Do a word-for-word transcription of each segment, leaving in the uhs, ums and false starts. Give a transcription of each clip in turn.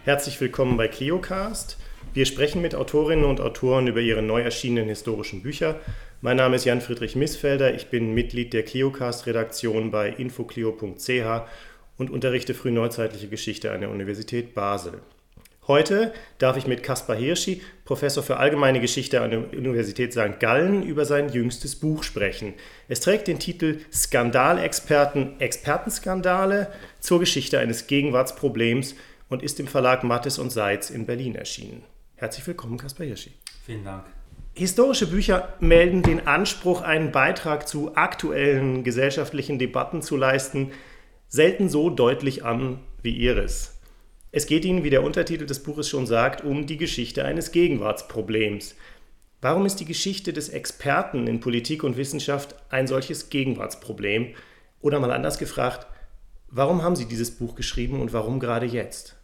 Herzlich willkommen bei ClioCast. Wir sprechen mit Autorinnen und Autoren über ihre neu erschienenen historischen Bücher. Mein Name ist Jan-Friedrich Missfelder, ich bin Mitglied der ClioCast-Redaktion bei infoclio punkt c h und unterrichte frühneuzeitliche Geschichte an der Universität Basel. Heute darf ich mit Kaspar Hirschi, Professor für Allgemeine Geschichte an der Universität Sankt Gallen, über sein jüngstes Buch sprechen. Es trägt den Titel Skandalexperten, Expertenskandale zur Geschichte eines Gegenwartsproblems und ist im Verlag Mattes und Seitz in Berlin erschienen. Herzlich willkommen, Kaspar Hirschi. Vielen Dank. Historische Bücher melden den Anspruch, einen Beitrag zu aktuellen gesellschaftlichen Debatten zu leisten, selten so deutlich an wie Ihres. Es geht Ihnen, wie der Untertitel des Buches schon sagt, um die Geschichte eines Gegenwartsproblems. Warum ist die Geschichte des Experten in Politik und Wissenschaft ein solches Gegenwartsproblem? Oder mal anders gefragt, warum haben Sie dieses Buch geschrieben und warum gerade jetzt?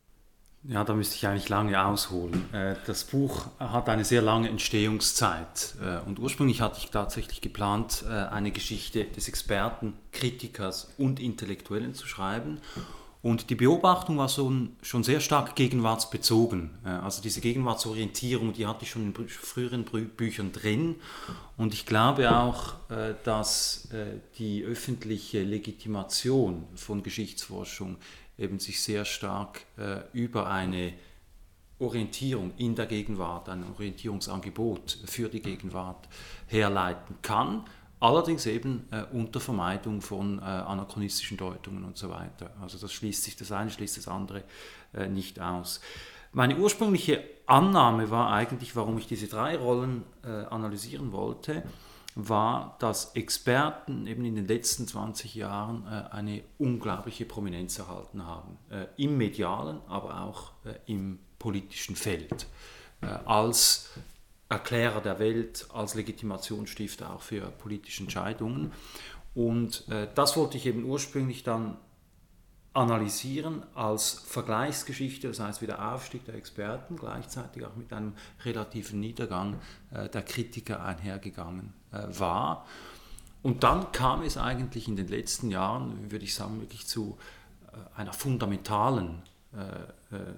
Ja, da müsste ich eigentlich lange ausholen. Das Buch hat eine sehr lange Entstehungszeit und ursprünglich hatte ich tatsächlich geplant, eine Geschichte des Experten, Kritikers und Intellektuellen zu schreiben. Und die Beobachtung war schon, schon sehr stark gegenwartsbezogen. Also diese Gegenwartsorientierung, die hatte ich schon in früheren Büchern drin. Und ich glaube auch, dass die öffentliche Legitimation von Geschichtsforschung eben sich sehr stark äh, über eine Orientierung in der Gegenwart, ein Orientierungsangebot für die Gegenwart herleiten kann, allerdings eben äh, unter Vermeidung von äh, anachronistischen Deutungen und so weiter. Also das schließt sich, das eine schließt das andere äh, nicht aus. Meine ursprüngliche Annahme war eigentlich, warum ich diese drei Rollen äh, analysieren wollte, war, dass Experten eben in den letzten zwanzig Jahren äh, eine unglaubliche Prominenz erhalten haben. Äh, im medialen, aber auch äh, im politischen Feld. Äh, als Erklärer der Welt, als Legitimationsstifter auch für politische Entscheidungen. Und äh, das wollte ich eben ursprünglich dann analysieren als Vergleichsgeschichte, das heißt wie der Aufstieg der Experten, gleichzeitig auch mit einem relativen Niedergang äh, der Kritiker einhergegangen äh, war. Und dann kam es eigentlich in den letzten Jahren, würde ich sagen, wirklich zu äh, einer fundamentalen äh, äh,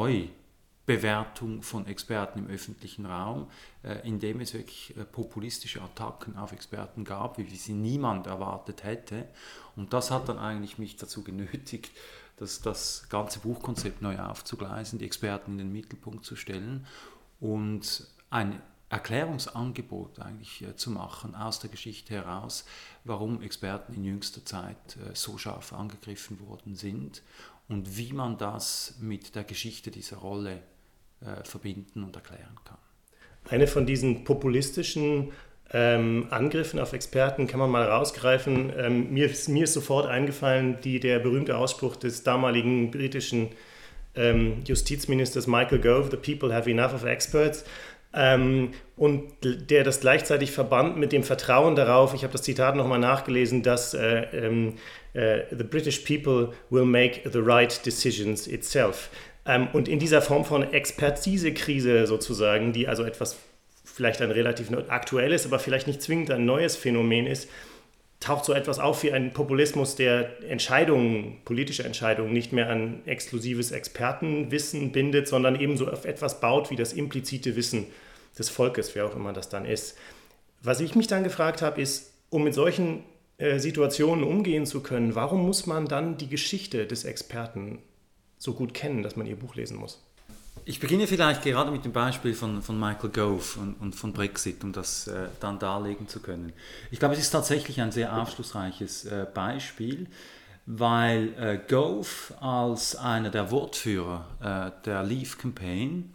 Neubewertung von Experten im öffentlichen Raum, äh, indem es wirklich äh, populistische Attacken auf Experten gab, wie sie niemand erwartet hätte. Und das hat dann eigentlich mich dazu genötigt, das, das ganze Buchkonzept neu aufzugleisen, die Experten in den Mittelpunkt zu stellen und ein Erklärungsangebot eigentlich äh, zu machen aus der Geschichte heraus, warum Experten in jüngster Zeit äh, so scharf angegriffen worden sind und wie man das mit der Geschichte dieser Rolle äh, verbinden und erklären kann. Eine von diesen populistischen ähm, Angriffen auf Experten kann man mal rausgreifen. Ähm, mir, mir ist sofort eingefallen, die, der berühmte Ausspruch des damaligen britischen ähm, Justizministers Michael Gove, "The people have enough of experts", ähm, und der das gleichzeitig verband mit dem Vertrauen darauf, ich habe das Zitat nochmal nachgelesen, dass äh, ähm, äh, "the British people will make the right decisions itself". Ähm, und in dieser Form von Expertisekrise sozusagen, die also etwas vielleicht ein relativ aktuelles, aber vielleicht nicht zwingend ein neues Phänomen ist, taucht so etwas auf wie ein Populismus, der Entscheidungen, politische Entscheidungen nicht mehr an exklusives Expertenwissen bindet, sondern ebenso auf etwas baut wie das implizite Wissen des Volkes, wer auch immer das dann ist. Was ich mich dann gefragt habe, ist, um mit solchen äh, Situationen umgehen zu können, warum muss man dann die Geschichte des Experten so gut kennen, dass man ihr Buch lesen muss? Ich beginne vielleicht gerade mit dem Beispiel von, von Michael Gove und, und von Brexit, um das äh, dann darlegen zu können. Ich glaube, es ist tatsächlich ein sehr aufschlussreiches äh, Beispiel, weil äh, Gove als einer der Wortführer äh, der Leave Campaign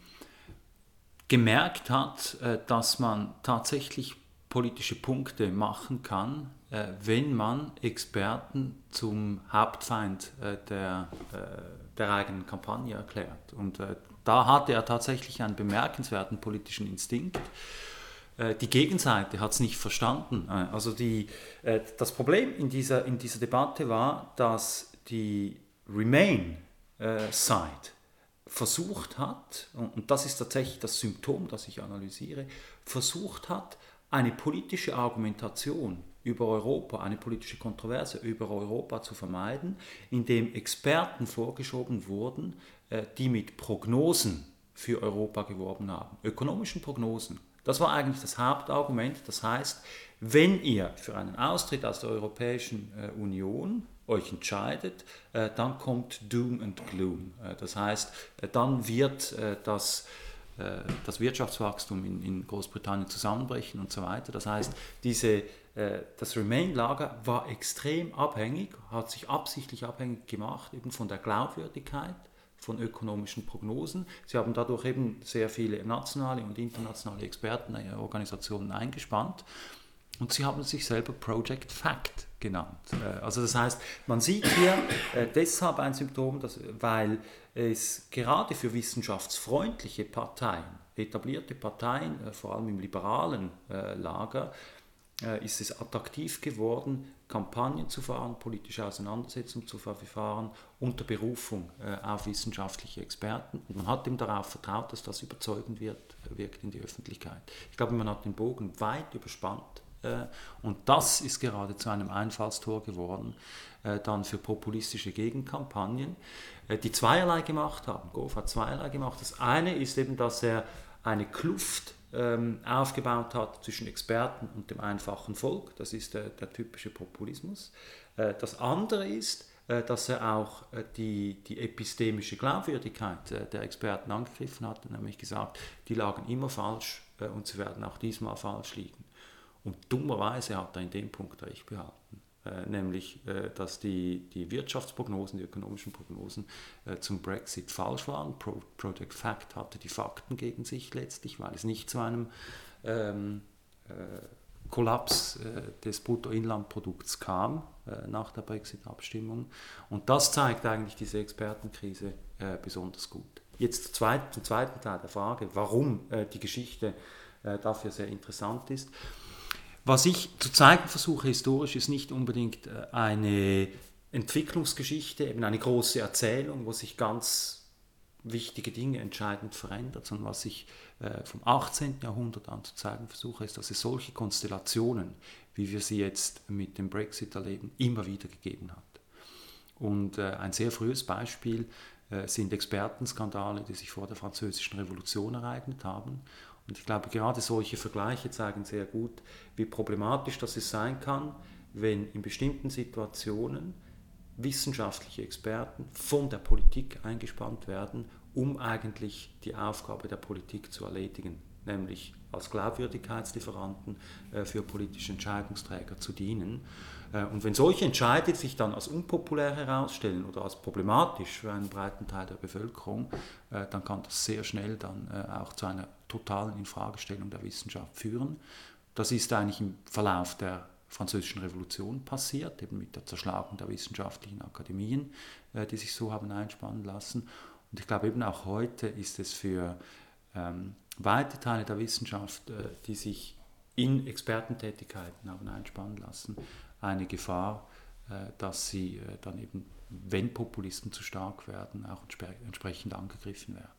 gemerkt hat, äh, dass man tatsächlich politische Punkte machen kann, äh, wenn man Experten zum Hauptfeind äh, der, äh, der eigenen Kampagne erklärt. Und äh, da hatte er tatsächlich einen bemerkenswerten politischen Instinkt. Äh, die Gegenseite hat es nicht verstanden. Äh, also die, äh, das Problem in dieser, in dieser Debatte war, dass die Remain-Side versucht hat, und das ist tatsächlich das Symptom, das ich analysiere, versucht hat, eine politische Argumentation über Europa, eine politische Kontroverse über Europa zu vermeiden, indem Experten vorgeschoben wurden, äh, die mit Prognosen für Europa geworben haben, ökonomischen Prognosen. Das war eigentlich das Hauptargument. Das heißt, wenn ihr für einen Austritt aus der Europäischen äh, Union euch entscheidet, äh, dann kommt Doom and Gloom. Äh, das heißt, äh, dann wird äh, das, äh, das Wirtschaftswachstum in, in Großbritannien zusammenbrechen und so weiter. Das heißt, diese, äh, das Remain-Lager war extrem abhängig, hat sich absichtlich abhängig gemacht eben von der Glaubwürdigkeit von ökonomischen Prognosen. Sie haben dadurch eben sehr viele nationale und internationale Experten, äh, Organisationen eingespannt. Und sie haben sich selber Project Fact genannt. Also das heißt, man sieht hier äh, deshalb ein Symptom, dass, weil es gerade für wissenschaftsfreundliche Parteien, etablierte Parteien, äh, vor allem im liberalen äh, Lager, äh, ist es attraktiv geworden, Kampagnen zu fahren, politische Auseinandersetzungen zu fahren, unter Berufung äh, auf wissenschaftliche Experten. Und man hat ihm darauf vertraut, dass das überzeugend wird, wirkt in die Öffentlichkeit. Ich glaube, man hat den Bogen weit überspannt. Und das ist gerade zu einem Einfallstor geworden, äh, dann für populistische Gegenkampagnen, äh, die zweierlei gemacht haben. Gove hat zweierlei gemacht. Das eine ist eben, dass er eine Kluft ähm, aufgebaut hat zwischen Experten und dem einfachen Volk. Das ist der, der typische Populismus. Äh, das andere ist, äh, dass er auch äh, die, die epistemische Glaubwürdigkeit äh, der Experten angegriffen hat, nämlich gesagt, die lagen immer falsch äh, und sie werden auch diesmal falsch liegen. Und dummerweise hat er in dem Punkt recht behalten, äh, nämlich, äh, dass die, die Wirtschaftsprognosen, die ökonomischen Prognosen äh, zum Brexit falsch waren. Pro, Project Fact hatte die Fakten gegen sich letztlich, weil es nicht zu einem ähm, äh, Kollaps äh, des Bruttoinlandprodukts kam äh, nach der Brexit-Abstimmung. Und das zeigt eigentlich diese Expertenkrise äh, besonders gut. Jetzt zum zweiten, zum zweiten Teil der Frage, warum äh, die Geschichte äh, dafür sehr interessant ist. Was ich zu zeigen versuche historisch, ist nicht unbedingt eine Entwicklungsgeschichte, eben eine große Erzählung, wo sich ganz wichtige Dinge entscheidend verändert, sondern was ich vom achtzehnten Jahrhundert an zu zeigen versuche, ist, dass es solche Konstellationen, wie wir sie jetzt mit dem Brexit erleben, immer wieder gegeben hat. Und ein sehr frühes Beispiel sind Expertenskandale, die sich vor der Französischen Revolution ereignet haben. Und ich glaube, gerade solche Vergleiche zeigen sehr gut, wie problematisch das es sein kann, wenn in bestimmten Situationen wissenschaftliche Experten von der Politik eingespannt werden, um eigentlich die Aufgabe der Politik zu erledigen, nämlich als Glaubwürdigkeitslieferanten äh, für politische Entscheidungsträger zu dienen. Äh, und wenn solche Entscheide sich dann als unpopulär herausstellen oder als problematisch für einen breiten Teil der Bevölkerung, äh, dann kann das sehr schnell dann äh, auch zu einer totalen Infragestellung der Wissenschaft führen. Das ist eigentlich im Verlauf der Französischen Revolution passiert, eben mit der Zerschlagung der wissenschaftlichen Akademien, äh, die sich so haben einspannen lassen. Und ich glaube eben auch heute ist es für ähm, weite Teile der Wissenschaft, äh, die sich in Expertentätigkeiten haben einspannen lassen, eine Gefahr, äh, dass sie äh, dann eben, wenn Populisten zu stark werden, auch entsp- entsprechend angegriffen werden.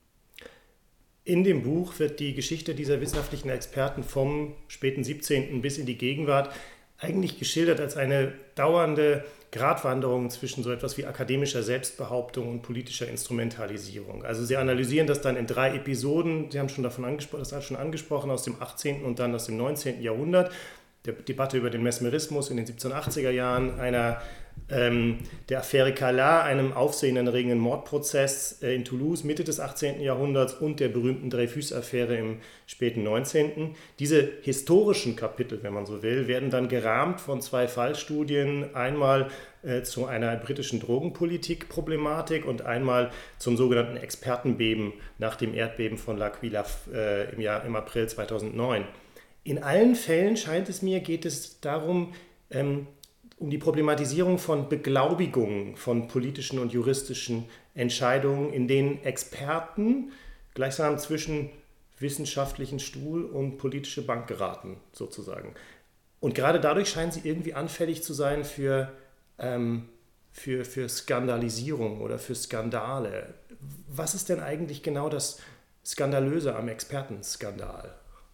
In dem Buch wird die Geschichte dieser wissenschaftlichen Experten vom späten siebzehnten bis in die Gegenwart eigentlich geschildert als eine dauernde Gratwanderung zwischen so etwas wie akademischer Selbstbehauptung und politischer Instrumentalisierung. Also sie analysieren das dann in drei Episoden, Sie haben schon davon angesprochen, das hat schon angesprochen, aus dem achtzehnten und dann aus dem neunzehnten Jahrhundert, der Debatte über den Mesmerismus in den siebzehnhundertachtziger Jahren, einer ähm, der Affäre Calas, einem aufsehenerregenden Mordprozess äh, in Toulouse Mitte des achtzehnten Jahrhunderts und der berühmten Dreyfus-Affäre im späten neunzehnten Diese historischen Kapitel, wenn man so will, werden dann gerahmt von zwei Fallstudien, einmal äh, zu einer britischen Drogenpolitik-Problematik und einmal zum sogenannten Expertenbeben nach dem Erdbeben von L'Aquila äh, im, Jahr, im April zweitausendneun. In allen Fällen scheint es mir, geht es darum, ähm, um die Problematisierung von Beglaubigungen von politischen und juristischen Entscheidungen, in denen Experten gleichsam zwischen wissenschaftlichen Stuhl und politische Bank geraten, sozusagen. Und gerade dadurch scheinen sie irgendwie anfällig zu sein für, ähm, für, für Skandalisierung oder für Skandale. Was ist denn eigentlich genau das Skandalöse am Expertenskandal?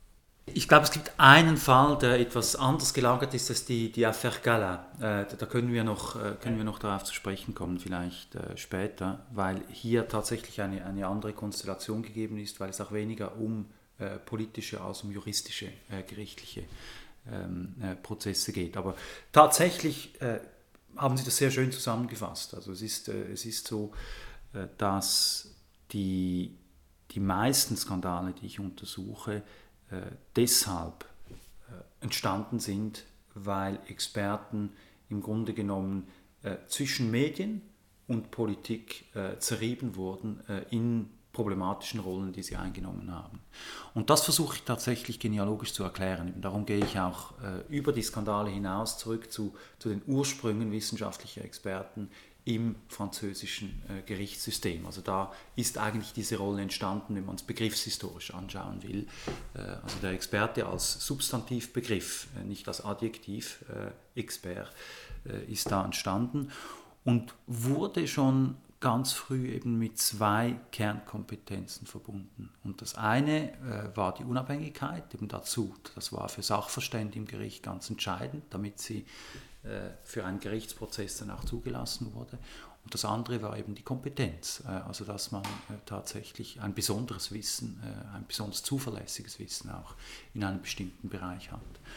Ich glaube, es gibt einen Fall, der etwas anders gelagert ist als die, die Affaire Gala. Äh, da können wir, noch, äh, können wir noch darauf zu sprechen kommen, vielleicht äh, später, weil hier tatsächlich eine, eine andere Konstellation gegeben ist, weil es auch weniger um äh, politische als um juristische, äh, gerichtliche ähm, äh, Prozesse geht. Aber tatsächlich äh, haben Sie das sehr schön zusammengefasst. Also es ist, äh, es ist so, äh, dass die, die meisten Skandale, die ich untersuche, deshalb äh, entstanden sind, weil Experten im Grunde genommen äh, zwischen Medien und Politik äh, zerrieben wurden äh, in problematischen Rollen, die sie eingenommen haben. Und das versuche ich tatsächlich genealogisch zu erklären. Eben darum gehe ich auch äh, über die Skandale hinaus zurück zu, zu den Ursprüngen wissenschaftlicher Experten im französischen äh, Gerichtssystem. Also da ist eigentlich diese Rolle entstanden, wenn man es begriffshistorisch anschauen will. Äh, also der Experte als Substantivbegriff, äh, nicht als Adjektiv, äh, Expert, äh, ist da entstanden und wurde schon ganz früh eben mit zwei Kernkompetenzen verbunden. Und das eine äh, war die Unabhängigkeit, eben dazu. Das war für Sachverständige im Gericht ganz entscheidend, damit sie für einen Gerichtsprozess dann auch zugelassen wurde. Und das andere war eben die Kompetenz, also dass man tatsächlich ein besonderes Wissen, ein besonders zuverlässiges Wissen auch in einem bestimmten Bereich hat.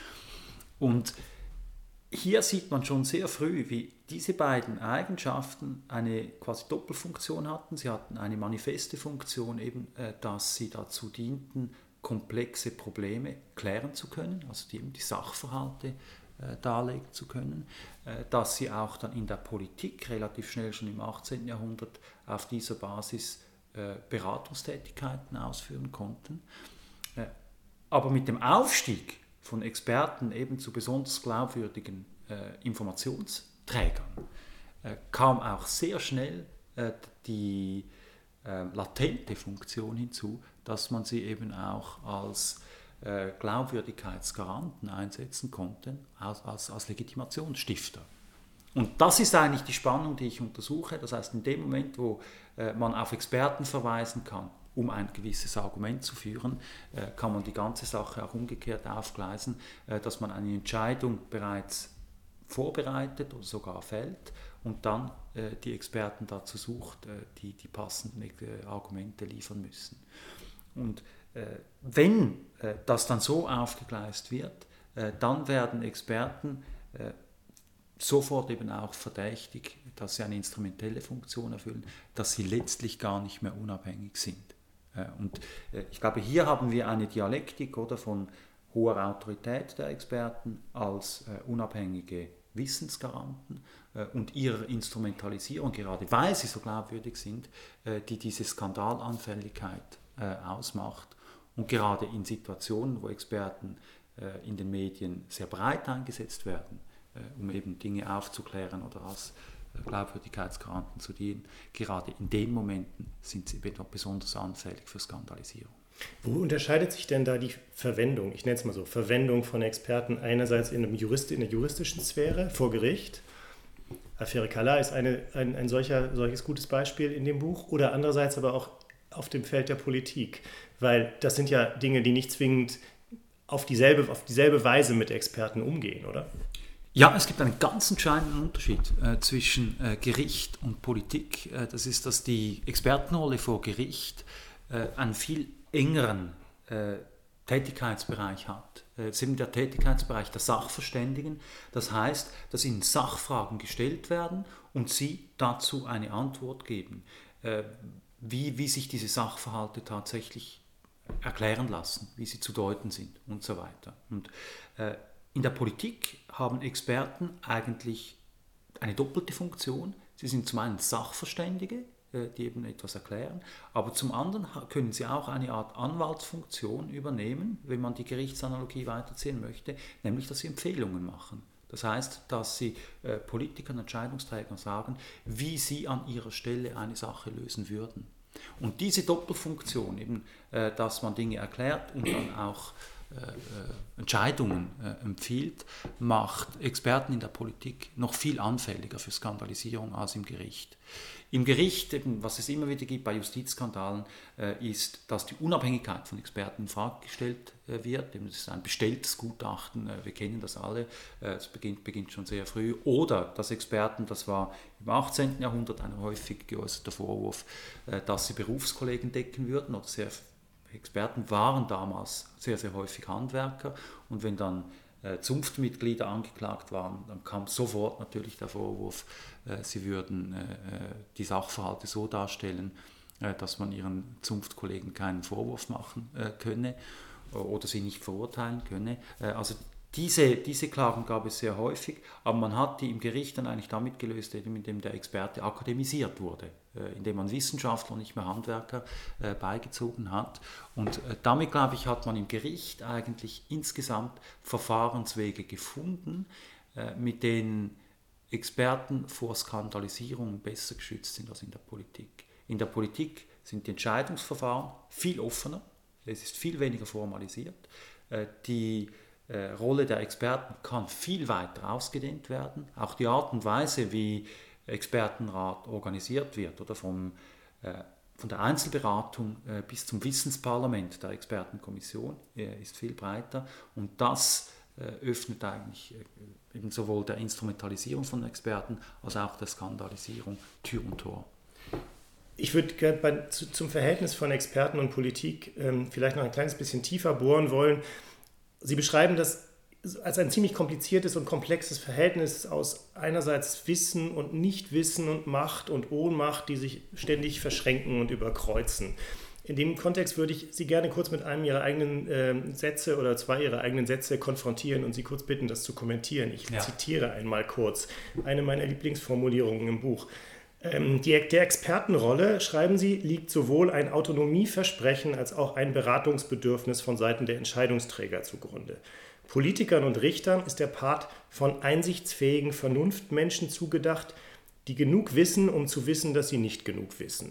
Und hier sieht man schon sehr früh, wie diese beiden Eigenschaften eine quasi Doppelfunktion hatten. Sie hatten eine manifeste Funktion, eben, dass sie dazu dienten, komplexe Probleme klären zu können, also die, eben die Sachverhalte darlegen zu können, dass sie auch dann in der Politik relativ schnell schon im achtzehnten Jahrhundert auf dieser Basis Beratungstätigkeiten ausführen konnten. Aber mit dem Aufstieg von Experten eben zu besonders glaubwürdigen Informationsträgern kam auch sehr schnell die latente Funktion hinzu, dass man sie eben auch als Glaubwürdigkeitsgaranten einsetzen konnten, als, als, als Legitimationsstifter. Und das ist eigentlich die Spannung, die ich untersuche. Das heißt, in dem Moment, wo äh, man auf Experten verweisen kann, um ein gewisses Argument zu führen, äh, kann man die ganze Sache auch umgekehrt aufgleisen, äh, dass man eine Entscheidung bereits vorbereitet oder sogar fällt und dann äh, die Experten dazu sucht, äh, die die passenden äh, Argumente liefern müssen. Und wenn äh, das dann so aufgegleist wird, äh, dann werden Experten äh, sofort eben auch verdächtig, dass sie eine instrumentelle Funktion erfüllen, dass sie letztlich gar nicht mehr unabhängig sind. Äh, und äh, ich glaube, hier haben wir eine Dialektik oder, von hoher Autorität der Experten als äh, unabhängige Wissensgaranten äh, und ihrer Instrumentalisierung, gerade weil sie so glaubwürdig sind, äh, die diese Skandalanfälligkeit äh, ausmacht. Und gerade in Situationen, wo Experten äh, in den Medien sehr breit eingesetzt werden, äh, um eben Dinge aufzuklären oder als äh, Glaubwürdigkeitsgaranten zu dienen, gerade in den Momenten sind sie besonders anfällig für Skandalisierung. Wo unterscheidet sich denn da die Verwendung, ich nenne es mal so, Verwendung von Experten einerseits in, einem Jurist, in der juristischen Sphäre vor Gericht? Affaire Gala ist eine, ein, ein solcher, solches gutes Beispiel in dem Buch, oder andererseits aber auch auf dem Feld der Politik, weil das sind ja Dinge, die nicht zwingend auf dieselbe, auf dieselbe Weise mit Experten umgehen, oder? Ja, es gibt einen ganz entscheidenden Unterschied äh, zwischen äh, Gericht und Politik. Äh, das ist, dass die Expertenrolle vor Gericht äh, einen viel engeren äh, Tätigkeitsbereich hat. Äh, es ist eben der Tätigkeitsbereich der Sachverständigen. Das heißt, dass ihnen Sachfragen gestellt werden und sie dazu eine Antwort geben. Äh, Wie, wie sich diese Sachverhalte tatsächlich erklären lassen, wie sie zu deuten sind und so weiter. Und äh, in der Politik haben Experten eigentlich eine doppelte Funktion. Sie sind zum einen Sachverständige, äh, die eben etwas erklären, aber zum anderen können sie auch eine Art Anwaltsfunktion übernehmen, wenn man die Gerichtsanalogie weiterziehen möchte, nämlich dass sie Empfehlungen machen. Das heißt, dass sie äh, Politikern, Entscheidungsträgern sagen, wie sie an ihrer Stelle eine Sache lösen würden. Und diese Doppelfunktion, eben, äh, dass man Dinge erklärt und dann auch äh, Entscheidungen äh, empfiehlt, macht Experten in der Politik noch viel anfälliger für Skandalisierung als im Gericht. Im Gericht, eben, was es immer wieder gibt bei Justizskandalen, äh, ist, dass die Unabhängigkeit von Experten in Frage gestellt äh, wird. Eben, das ist ein bestelltes Gutachten, äh, wir kennen das alle, es äh, beginnt, beginnt schon sehr früh. Oder dass Experten, das war im achtzehnten Jahrhundert ein häufig geäußerter Vorwurf, äh, dass sie Berufskollegen decken würden. Oder sehr, Experten waren damals sehr, sehr häufig Handwerker. Und wenn dann äh, Zunftmitglieder angeklagt waren, dann kam sofort natürlich der Vorwurf, äh, sie würden äh, die Sachverhalte so darstellen, äh, dass man ihren Zunftkollegen keinen Vorwurf machen äh, könne oder sie nicht verurteilen könne. Äh, also diese, diese Klagen gab es sehr häufig, aber man hat die im Gericht dann eigentlich damit gelöst, indem der Experte akademisiert wurde, äh, indem man Wissenschaftler und nicht mehr Handwerker äh, beigezogen hat. Und äh, damit, glaube ich, hat man im Gericht eigentlich insgesamt Verfahrenswege gefunden, äh, mit denen Experten vor Skandalisierung besser geschützt sind als in der Politik. In der Politik sind die Entscheidungsverfahren viel offener, es ist viel weniger formalisiert, äh, die äh, Rolle der Experten kann viel weiter ausgedehnt werden. Auch die Art und Weise, wie Expertenrat organisiert wird, oder vom, äh, von der Einzelberatung äh, bis zum Wissensparlament der Expertenkommission, äh, ist viel breiter. Und das äh, öffnet eigentlich äh, eben sowohl der Instrumentalisierung von Experten als auch der Skandalisierung Tür und Tor. Ich würde gerne zum Verhältnis von Experten und Politik ähm, vielleicht noch ein kleines bisschen tiefer bohren wollen. Sie beschreiben das als ein ziemlich kompliziertes und komplexes Verhältnis aus einerseits Wissen und Nichtwissen und Macht und Ohnmacht, die sich ständig verschränken und überkreuzen. In dem Kontext würde ich Sie gerne kurz mit einem Ihrer eigenen äh, Sätze oder zwei Ihrer eigenen Sätze konfrontieren und Sie kurz bitten, das zu kommentieren. Ich ja. zitiere einmal kurz eine meiner Lieblingsformulierungen im Buch. Ähm, die, der Expertenrolle, schreiben Sie, liegt sowohl ein Autonomieversprechen als auch ein Beratungsbedürfnis von Seiten der Entscheidungsträger zugrunde. Politikern und Richtern ist der Part von einsichtsfähigen Vernunftmenschen zugedacht, die genug wissen, um zu wissen, dass sie nicht genug wissen.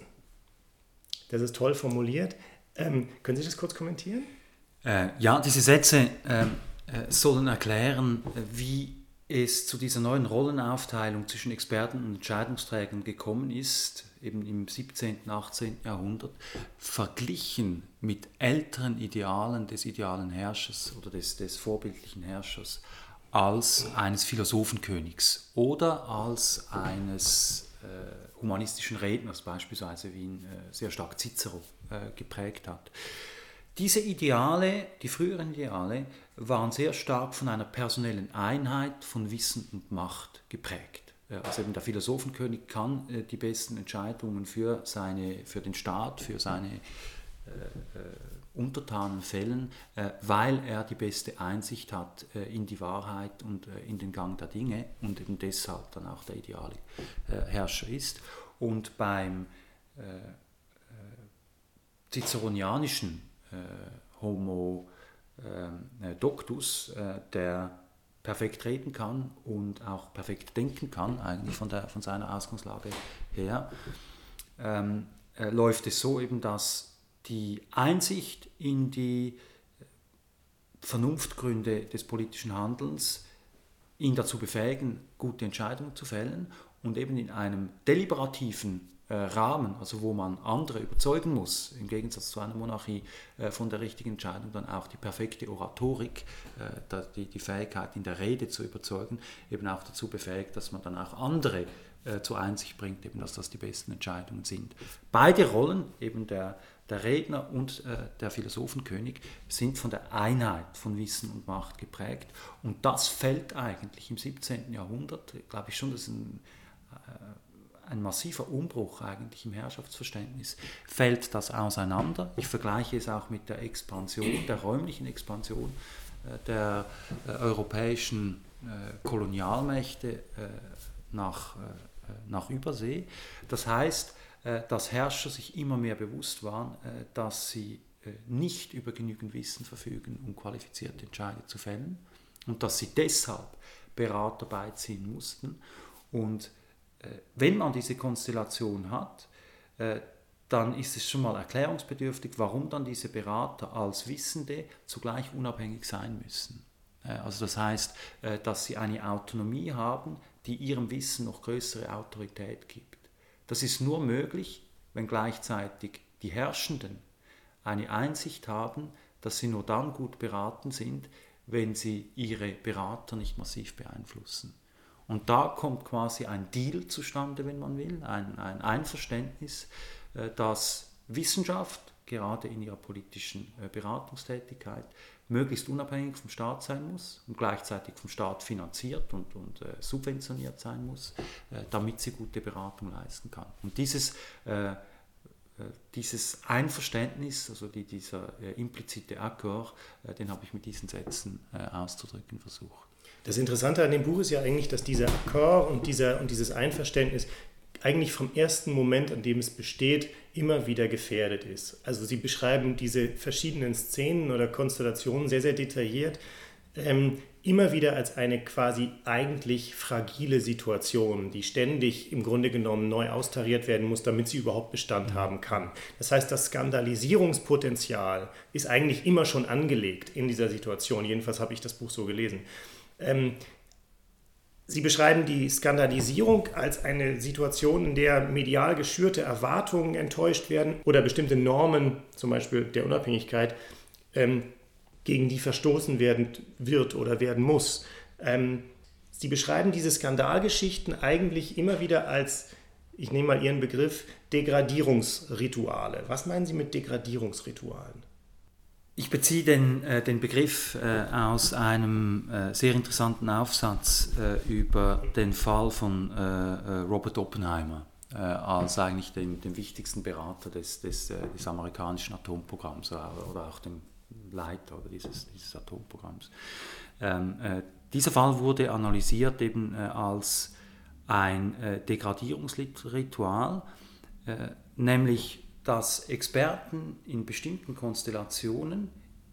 Das ist toll formuliert. Ähm, können Sie das kurz kommentieren? Äh, ja, diese Sätze äh, äh, sollen erklären, wie es zu dieser neuen Rollenaufteilung zwischen Experten und Entscheidungsträgern gekommen ist, eben im siebzehnten, achtzehnten Jahrhundert, verglichen mit älteren Idealen des idealen Herrschers oder des, des vorbildlichen Herrschers als eines Philosophenkönigs oder als eines äh, humanistischen Redners, beispielsweise wie ihn äh, sehr stark Cicero äh, geprägt hat. Diese Ideale, die früheren Ideale, waren sehr stark von einer personellen Einheit von Wissen und Macht geprägt. Also eben der Philosophenkönig kann äh, die besten Entscheidungen für, seine, für den Staat, für seine äh, äh, Untertanen fällen, äh, weil er die beste Einsicht hat äh, in die Wahrheit und äh, in den Gang der Dinge und eben deshalb dann auch der ideale äh, Herrscher ist. Und beim äh, äh, Ciceronianischen äh, Homo äh, Doctus, äh, der perfekt reden kann und auch perfekt denken kann, eigentlich von, der, von seiner Ausgangslage her, ähm, äh, läuft es so eben, dass die Einsicht in die Vernunftgründe des politischen Handelns ihn dazu befähigen, gute Entscheidungen zu fällen und eben in einem deliberativen äh, Rahmen, also wo man andere überzeugen muss, im Gegensatz zu einer Monarchie, äh, von der richtigen Entscheidung, dann auch die perfekte Oratorik, äh, die, die Fähigkeit in der Rede zu überzeugen, eben auch dazu befähigt, dass man dann auch andere äh, zur Einsicht bringt, eben, dass das die besten Entscheidungen sind. Beide Rollen, eben der, der Redner und äh, der Philosophenkönig, sind von der Einheit von Wissen und Macht geprägt und das fällt eigentlich im siebzehnten Jahrhundert, glaube ich schon, dass ein äh, ein massiver Umbruch eigentlich im Herrschaftsverständnis, fällt das auseinander. Ich vergleiche es auch mit der Expansion, der räumlichen Expansion äh, der äh, europäischen äh, Kolonialmächte äh, nach, äh, nach Übersee. Das heißt, äh, dass Herrscher sich immer mehr bewusst waren, äh, dass sie äh, nicht über genügend Wissen verfügen, um qualifizierte Entscheidungen zu fällen und dass sie deshalb Berater beiziehen mussten. Und wenn man diese Konstellation hat, dann ist es schon mal erklärungsbedürftig, warum dann diese Berater als Wissende zugleich unabhängig sein müssen. Also das heißt, dass sie eine Autonomie haben, die ihrem Wissen noch größere Autorität gibt. Das ist nur möglich, wenn gleichzeitig die Herrschenden eine Einsicht haben, dass sie nur dann gut beraten sind, wenn sie ihre Berater nicht massiv beeinflussen. Und da kommt quasi ein Deal zustande, wenn man will, ein, ein Einverständnis, dass Wissenschaft, gerade in ihrer politischen Beratungstätigkeit, möglichst unabhängig vom Staat sein muss und gleichzeitig vom Staat finanziert und, und äh, subventioniert sein muss, äh, damit sie gute Beratung leisten kann. Und dieses, äh, äh, dieses Einverständnis, also die, dieser äh, implizite Accord, äh, den habe ich mit diesen Sätzen äh, auszudrücken versucht. Das Interessante an dem Buch ist ja eigentlich, dass dieser Accord und, dieser, und dieses Einverständnis eigentlich vom ersten Moment, an dem es besteht, immer wieder gefährdet ist. Also Sie beschreiben diese verschiedenen Szenen oder Konstellationen sehr, sehr detailliert, ähm, immer wieder als eine quasi eigentlich fragile Situation, die ständig im Grunde genommen neu austariert werden muss, damit sie überhaupt Bestand haben kann. Das heißt, das Skandalisierungspotenzial ist eigentlich immer schon angelegt in dieser Situation. Jedenfalls habe ich das Buch so gelesen. Ähm, Sie beschreiben die Skandalisierung als eine Situation, in der medial geschürte Erwartungen enttäuscht werden oder bestimmte Normen, zum Beispiel der Unabhängigkeit, ähm, gegen die verstoßen werden wird oder werden muss. Ähm, Sie beschreiben diese Skandalgeschichten eigentlich immer wieder als, ich nehme mal Ihren Begriff, Degradierungsrituale. Was meinen Sie mit Degradierungsritualen? Ich beziehe den, äh, den Begriff äh, aus einem äh, sehr interessanten Aufsatz äh, über den Fall von äh, äh, Robert Oppenheimer äh, als eigentlich dem, dem wichtigsten Berater des, des, äh, des amerikanischen Atomprogramms oder, oder auch dem Leiter oder dieses, dieses Atomprogramms. Ähm, äh, dieser Fall wurde analysiert eben äh, als ein äh, Degradierungsritual, äh, nämlich dass Experten in bestimmten Konstellationen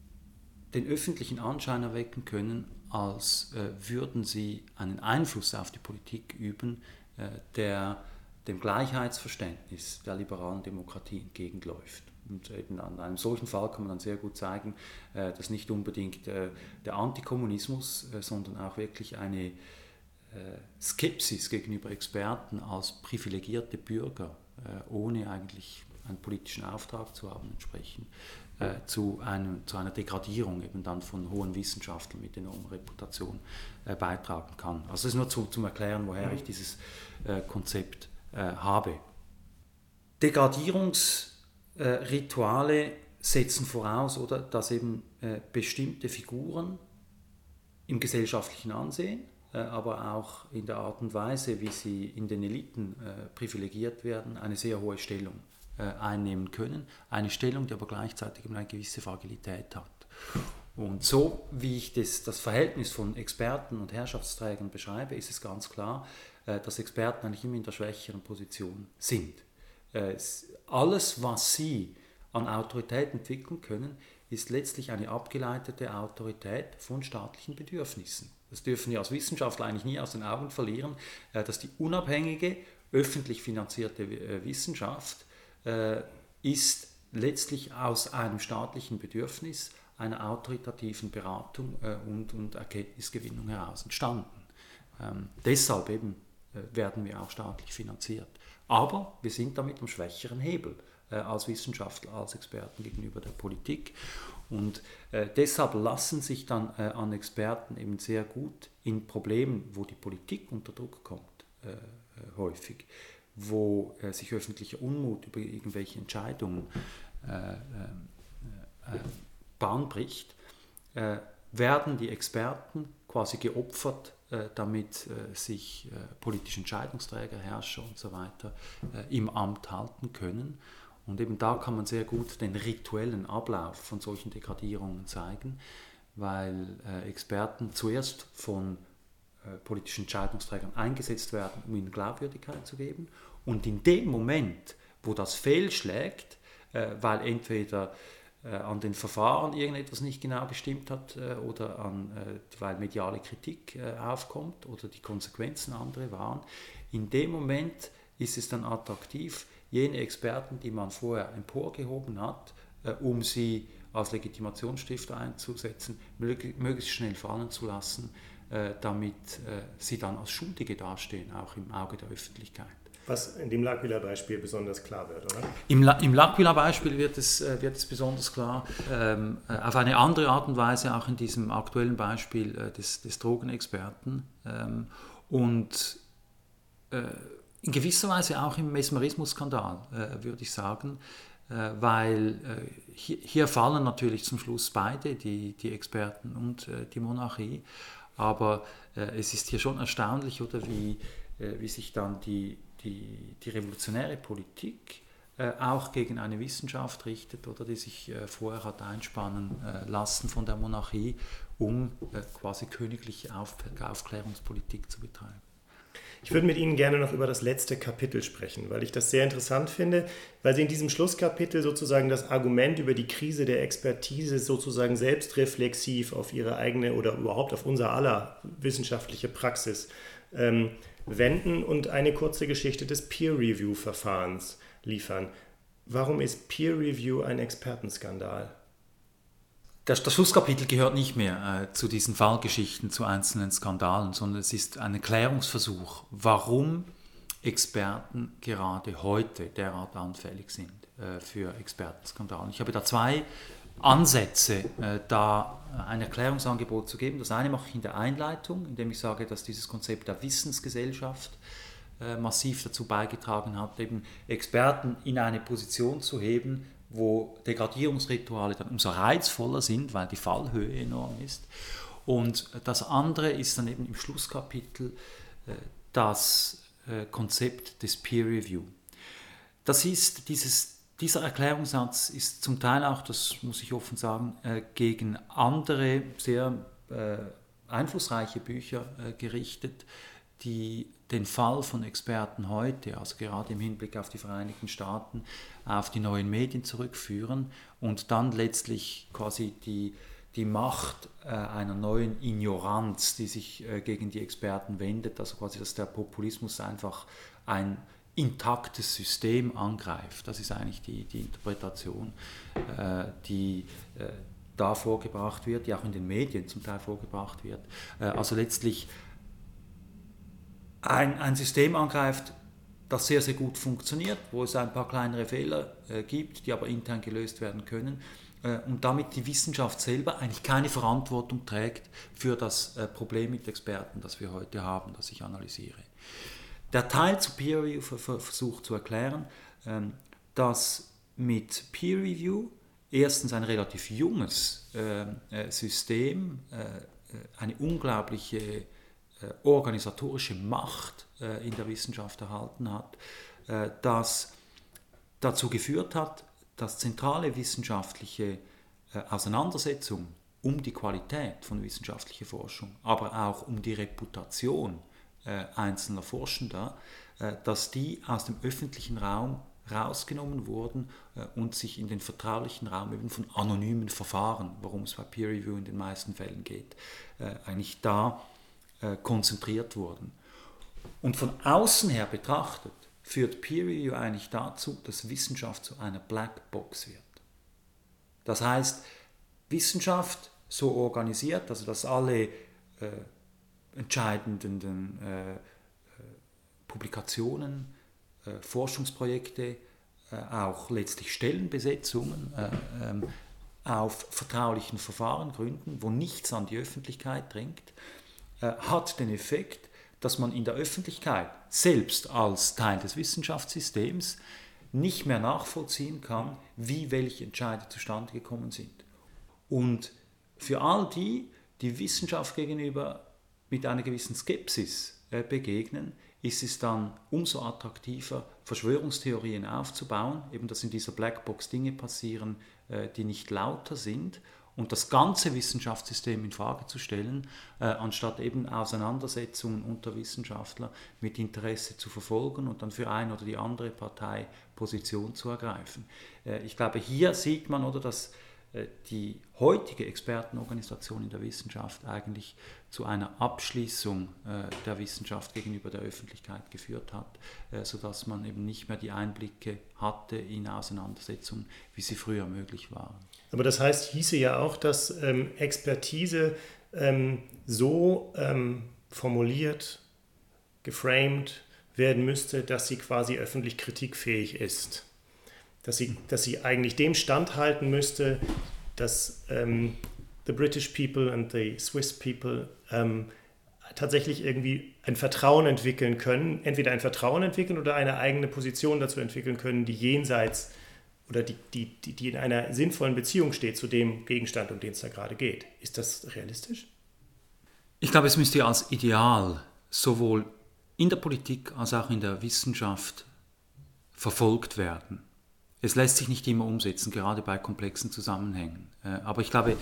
den öffentlichen Anschein erwecken können, als äh, würden sie einen Einfluss auf die Politik üben, äh, der dem Gleichheitsverständnis der liberalen Demokratie entgegenläuft. Und eben an einem solchen Fall kann man dann sehr gut zeigen, äh, dass nicht unbedingt äh, der Antikommunismus, äh, sondern auch wirklich eine äh, Skepsis gegenüber Experten als privilegierte Bürger, äh, ohne eigentlich einen politischen Auftrag zu haben, entsprechend äh, zu, einem, zu einer Degradierung eben dann von hohen Wissenschaftlern mit enormer Reputation äh, beitragen kann. Also das ist nur zu, zum Erklären, woher ich dieses äh, Konzept äh, habe. Degradierungsrituale äh, setzen voraus, oder, dass eben äh, bestimmte Figuren im gesellschaftlichen Ansehen, äh, aber auch in der Art und Weise, wie sie in den Eliten äh, privilegiert werden, eine sehr hohe Stellung einnehmen können. Eine Stellung, die aber gleichzeitig eine gewisse Fragilität hat. Und so, wie ich das, das Verhältnis von Experten und Herrschaftsträgern beschreibe, ist es ganz klar, dass Experten eigentlich immer in der schwächeren Position sind. Alles, was sie an Autorität entwickeln können, ist letztlich eine abgeleitete Autorität von staatlichen Bedürfnissen. Das dürfen wir als Wissenschaftler eigentlich nie aus den Augen verlieren, dass die unabhängige, öffentlich finanzierte Wissenschaft ist letztlich aus einem staatlichen Bedürfnis einer autoritativen Beratung und, und Erkenntnisgewinnung heraus entstanden. Ähm, deshalb eben äh, werden wir auch staatlich finanziert. Aber wir sind damit am schwächeren Hebel äh, als Wissenschaftler, als Experten gegenüber der Politik. Und äh, deshalb lassen sich dann äh, an Experten eben sehr gut in Problemen, wo die Politik unter Druck kommt, äh, äh, häufig, wo äh, sich öffentlicher Unmut über irgendwelche Entscheidungen äh, äh, äh, Bahn bricht, äh, werden die Experten quasi geopfert, äh, damit äh, sich äh, politische Entscheidungsträger, Herrscher und so weiter äh, im Amt halten können. Und eben da kann man sehr gut den rituellen Ablauf von solchen Degradierungen zeigen, weil äh, Experten zuerst von politischen Entscheidungsträgern eingesetzt werden, um ihnen Glaubwürdigkeit zu geben. Und in dem Moment, wo das fehlschlägt, äh, weil entweder äh, an den Verfahren irgendetwas nicht genau gestimmt hat äh, oder an, äh, weil mediale Kritik äh, aufkommt oder die Konsequenzen andere waren, in dem Moment ist es dann attraktiv, jene Experten, die man vorher emporgehoben hat, äh, um sie als Legitimationsstifter einzusetzen, mög- möglichst schnell fallen zu lassen, damit äh, sie dann als Schuldige dastehen, auch im Auge der Öffentlichkeit. Was in dem L'Aquila-Beispiel besonders klar wird, oder? Im, La- im L'Aquila-Beispiel wird es, äh, wird es besonders klar, ähm, äh, auf eine andere Art und Weise, auch in diesem aktuellen Beispiel äh, des, des Drogenexperten. Ähm, und äh, in gewisser Weise auch im Mesmerismus-Skandal, äh, würde ich sagen, äh, weil äh, hier, hier fallen natürlich zum Schluss beide, die, die Experten und äh, die Monarchie. Aber äh, es ist hier schon erstaunlich, oder wie, äh, wie sich dann die Die, die revolutionäre Politik äh, auch gegen eine Wissenschaft richtet, oder die sich äh, vorher hat einspannen äh, lassen von der Monarchie, um äh, quasi königliche Auf- Aufklärungspolitik zu betreiben. Ich würde mit Ihnen gerne noch über das letzte Kapitel sprechen, weil ich das sehr interessant finde, weil Sie in diesem Schlusskapitel sozusagen das Argument über die Krise der Expertise sozusagen selbstreflexiv auf Ihre eigene oder überhaupt auf unser aller wissenschaftliche Praxis ähm, wenden und eine kurze Geschichte des Peer-Review-Verfahrens liefern. Warum ist Peer-Review ein Expertenskandal? Das, das Schlusskapitel gehört nicht mehr äh, zu diesen Fallgeschichten, zu einzelnen Skandalen, sondern es ist ein Erklärungsversuch, warum Experten gerade heute derart anfällig sind äh, für Expertenskandale. Ich habe da zwei Ansätze, äh, da ein Erklärungsangebot zu geben. Das eine mache ich in der Einleitung, indem ich sage, dass dieses Konzept der Wissensgesellschaft äh, massiv dazu beigetragen hat, eben Experten in eine Position zu heben, wo Degradierungsrituale dann umso reizvoller sind, weil die Fallhöhe enorm ist. Und das andere ist dann eben im Schlusskapitel äh, das äh, Konzept des Peer Review. Das ist dieses Dieser Erklärungssatz ist zum Teil auch, das muss ich offen sagen, gegen andere sehr einflussreiche Bücher gerichtet, die den Fall von Experten heute, also gerade im Hinblick auf die Vereinigten Staaten, auf die neuen Medien zurückführen und dann letztlich quasi die, die Macht einer neuen Ignoranz, die sich gegen die Experten wendet, also quasi, dass der Populismus einfach ein intaktes System angreift. Das ist eigentlich die, die Interpretation, äh, die äh, da vorgebracht wird, die auch in den Medien zum Teil vorgebracht wird. Äh, also letztlich ein, ein System angreift, das sehr, sehr gut funktioniert, wo es ein paar kleinere Fehler äh, gibt, die aber intern gelöst werden können äh, und damit die Wissenschaft selber eigentlich keine Verantwortung trägt für das äh, Problem mit Experten, das wir heute haben, das ich analysiere. Der Teil zu Peer Review versucht zu erklären, dass mit Peer Review erstens ein relativ junges System eine unglaubliche organisatorische Macht in der Wissenschaft erhalten hat, das dazu geführt hat, dass zentrale wissenschaftliche Auseinandersetzungen um die Qualität von wissenschaftlicher Forschung, aber auch um die Reputation Äh, einzelner Forschender, äh, dass die aus dem öffentlichen Raum rausgenommen wurden äh, und sich in den vertraulichen Raum eben von anonymen Verfahren, worum es bei Peer Review in den meisten Fällen geht, äh, eigentlich da äh, konzentriert wurden. Und von außen her betrachtet führt Peer Review eigentlich dazu, dass Wissenschaft zu einer Black Box wird. Das heißt, Wissenschaft so organisiert, also dass alle äh, entscheidenden äh, Publikationen, äh, Forschungsprojekte, äh, auch letztlich Stellenbesetzungen äh, ähm, auf vertraulichen Verfahren gründen, wo nichts an die Öffentlichkeit dringt, äh, hat den Effekt, dass man in der Öffentlichkeit selbst als Teil des Wissenschaftssystems nicht mehr nachvollziehen kann, wie welche Entscheide zustande gekommen sind. Und für all die, die Wissenschaft gegenüber mit einer gewissen Skepsis äh, begegnen, ist es dann umso attraktiver, Verschwörungstheorien aufzubauen, eben dass in dieser Blackbox Dinge passieren, äh, die nicht lauter sind und das ganze Wissenschaftssystem in Frage zu stellen, äh, anstatt eben Auseinandersetzungen unter Wissenschaftlern mit Interesse zu verfolgen und dann für eine oder die andere Partei Position zu ergreifen. Äh, ich glaube, hier sieht man, oder, dass die heutige Expertenorganisation in der Wissenschaft eigentlich zu einer Abschließung äh, der Wissenschaft gegenüber der Öffentlichkeit geführt hat, äh, sodass man eben nicht mehr die Einblicke hatte in Auseinandersetzungen, wie sie früher möglich waren. Aber das heißt, hieße ja auch, dass ähm, Expertise ähm, so ähm, formuliert, geframed, werden müsste, dass sie quasi öffentlich kritikfähig ist. Dass sie, dass sie eigentlich dem standhalten müsste, dass ähm, the British people and the Swiss people ähm, tatsächlich irgendwie ein Vertrauen entwickeln können, entweder ein Vertrauen entwickeln oder eine eigene Position dazu entwickeln können, die jenseits oder die, die, die, die in einer sinnvollen Beziehung steht zu dem Gegenstand, um den es da gerade geht. Ist das realistisch? Ich glaube, es müsste als Ideal sowohl in der Politik als auch in der Wissenschaft verfolgt werden. Es lässt sich nicht immer umsetzen, gerade bei komplexen Zusammenhängen. Aber ich glaube,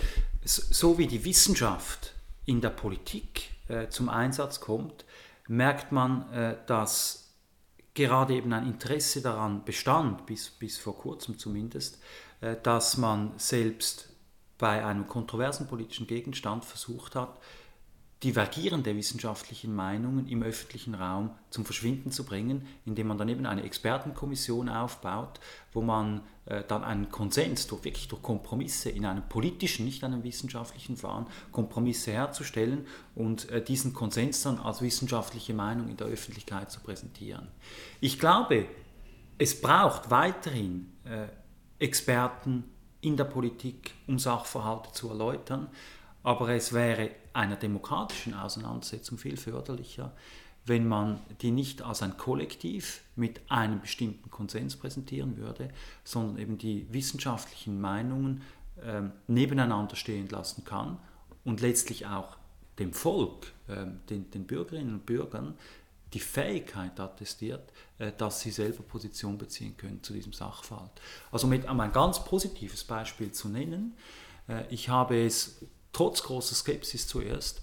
so wie die Wissenschaft in der Politik zum Einsatz kommt, merkt man, dass gerade eben ein Interesse daran bestand, bis, bis vor kurzem zumindest, dass man selbst bei einem kontroversen politischen Gegenstand versucht hat, divergierende wissenschaftliche Meinungen im öffentlichen Raum zum Verschwinden zu bringen, indem man dann eben eine Expertenkommission aufbaut, wo man äh, dann einen Konsens durch, wirklich durch Kompromisse in einem politischen, nicht einem wissenschaftlichen Verfahren, Kompromisse herzustellen und äh, diesen Konsens dann als wissenschaftliche Meinung in der Öffentlichkeit zu präsentieren. Ich glaube, es braucht weiterhin äh, Experten in der Politik, um Sachverhalte zu erläutern, aber es wäre einer demokratischen Auseinandersetzung viel förderlicher, wenn man die nicht als ein Kollektiv mit einem bestimmten Konsens präsentieren würde, sondern eben die wissenschaftlichen Meinungen äh, nebeneinander stehen lassen kann und letztlich auch dem Volk, äh, den, den Bürgerinnen und Bürgern, die Fähigkeit attestiert, äh, dass sie selber Position beziehen können zu diesem Sachverhalt. Also mit, um ein ganz positives Beispiel zu nennen, äh, ich habe es trotz großer Skepsis zuerst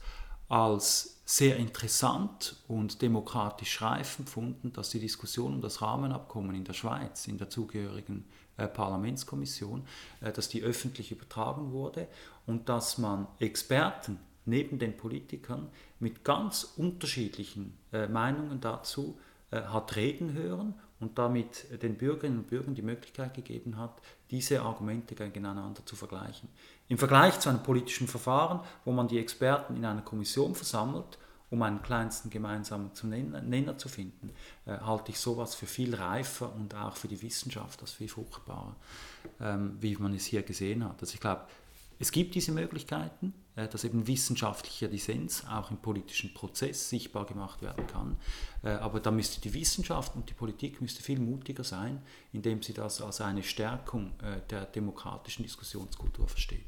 als sehr interessant und demokratisch reif empfunden, dass die Diskussion um das Rahmenabkommen in der Schweiz, in der zugehörigen äh, Parlamentskommission, äh, dass die öffentlich übertragen wurde und dass man Experten neben den Politikern mit ganz unterschiedlichen äh, Meinungen dazu äh, hat reden hören und damit den Bürgerinnen und Bürgern die Möglichkeit gegeben hat, diese Argumente gegeneinander zu vergleichen. Im Vergleich zu einem politischen Verfahren, wo man die Experten in einer Kommission versammelt, um einen kleinsten gemeinsamen Nenner zu finden, äh, halte ich sowas für viel reifer und auch für die Wissenschaft als viel fruchtbarer, ähm, wie man es hier gesehen hat. Also ich glaube, es gibt diese Möglichkeiten, äh, dass eben wissenschaftlicher Dissens auch im politischen Prozess sichtbar gemacht werden kann. Äh, aber da müsste die Wissenschaft und die Politik müsste viel mutiger sein, indem sie das als eine Stärkung äh, der demokratischen Diskussionskultur versteht.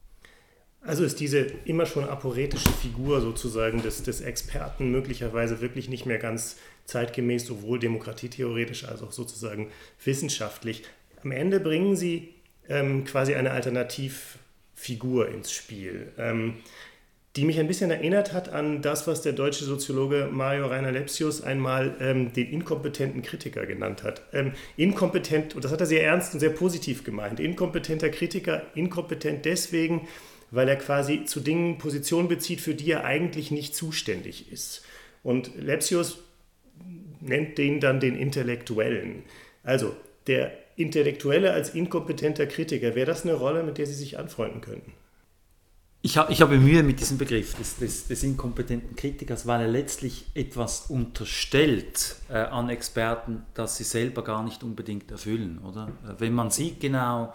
Also ist diese immer schon aporetische Figur sozusagen des, des Experten möglicherweise wirklich nicht mehr ganz zeitgemäß, sowohl demokratietheoretisch als auch sozusagen wissenschaftlich. Am Ende bringen sie ähm, quasi eine Alternativfigur ins Spiel, ähm, die mich ein bisschen erinnert hat an das, was der deutsche Soziologe Mario Reiner-Lepsius einmal ähm, den inkompetenten Kritiker genannt hat. Ähm, inkompetent, und das hat er sehr ernst und sehr positiv gemeint, inkompetenter Kritiker, inkompetent deswegen, weil er quasi zu Dingen Position bezieht, für die er eigentlich nicht zuständig ist. Und Lepsius nennt den dann den Intellektuellen. Also der Intellektuelle als inkompetenter Kritiker, wäre das eine Rolle, mit der Sie sich anfreunden könnten? Ich, hab, ich habe Mühe mit diesem Begriff des, des, des inkompetenten Kritikers, weil er letztlich etwas unterstellt äh, an Experten, das sie selber gar nicht unbedingt erfüllen. Oder? Wenn man sieht genau,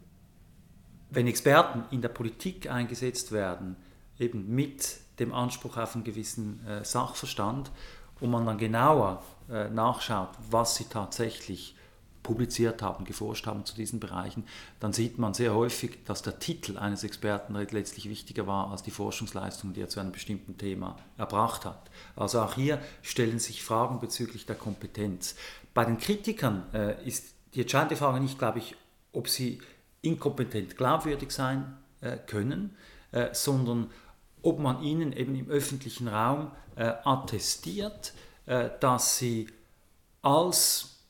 wenn Experten in der Politik eingesetzt werden, eben mit dem Anspruch auf einen gewissen äh, Sachverstand, und man dann genauer äh, nachschaut, was sie tatsächlich publiziert haben, geforscht haben zu diesen Bereichen, dann sieht man sehr häufig, dass der Titel eines Experten letztlich wichtiger war als die Forschungsleistung, die er zu einem bestimmten Thema erbracht hat. Also auch hier stellen sich Fragen bezüglich der Kompetenz. Bei den Kritikern äh, ist die entscheidende Frage nicht, glaube ich, ob sie inkompetent glaubwürdig sein äh, können, äh, sondern ob man ihnen eben im öffentlichen Raum äh, attestiert, äh, dass sie als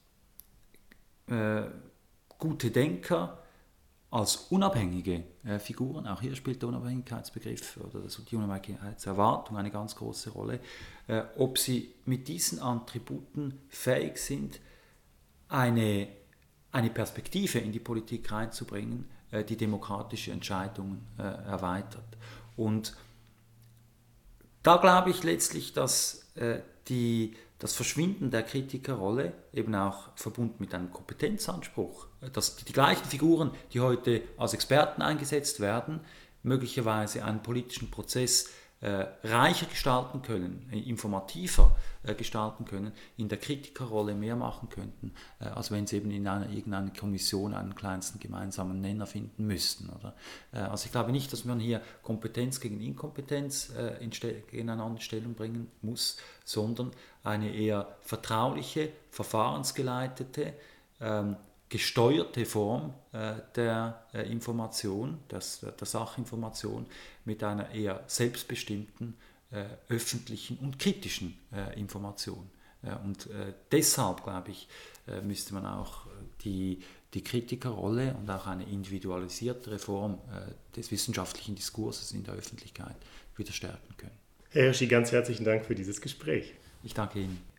äh, gute Denker, als unabhängige äh, Figuren, auch hier spielt der Unabhängigkeitsbegriff oder die Unabhängigkeitserwartung eine ganz große Rolle, äh, ob sie mit diesen Attributen fähig sind, eine eine Perspektive in die Politik reinzubringen, die demokratische Entscheidungen erweitert. Und da glaube ich letztlich, dass die das Verschwinden der Kritikerrolle eben auch verbunden mit einem Kompetenzanspruch, dass die, die gleichen Figuren, die heute als Experten eingesetzt werden, möglicherweise einen politischen Prozess äh, reicher gestalten können, äh, informativer äh, gestalten können, in der Kritikerrolle mehr machen könnten, äh, als wenn sie eben in einer irgendeiner Kommission einen kleinsten gemeinsamen Nenner finden müssten. Oder? Äh, also ich glaube nicht, dass man hier Kompetenz gegen Inkompetenz äh, in Ste- gegeneinander in Stellung bringen muss, sondern eine eher vertrauliche, verfahrensgeleitete, ähm, gesteuerte Form äh, der äh, Information, des, der Sachinformation mit einer eher selbstbestimmten, äh, öffentlichen und kritischen äh, Information. Äh, und äh, deshalb, glaube ich, äh, müsste man auch die, die Kritikerrolle und auch eine individualisierte Form äh, des wissenschaftlichen Diskurses in der Öffentlichkeit wieder stärken können. Herr Hirschi, ganz herzlichen Dank für dieses Gespräch. Ich danke Ihnen.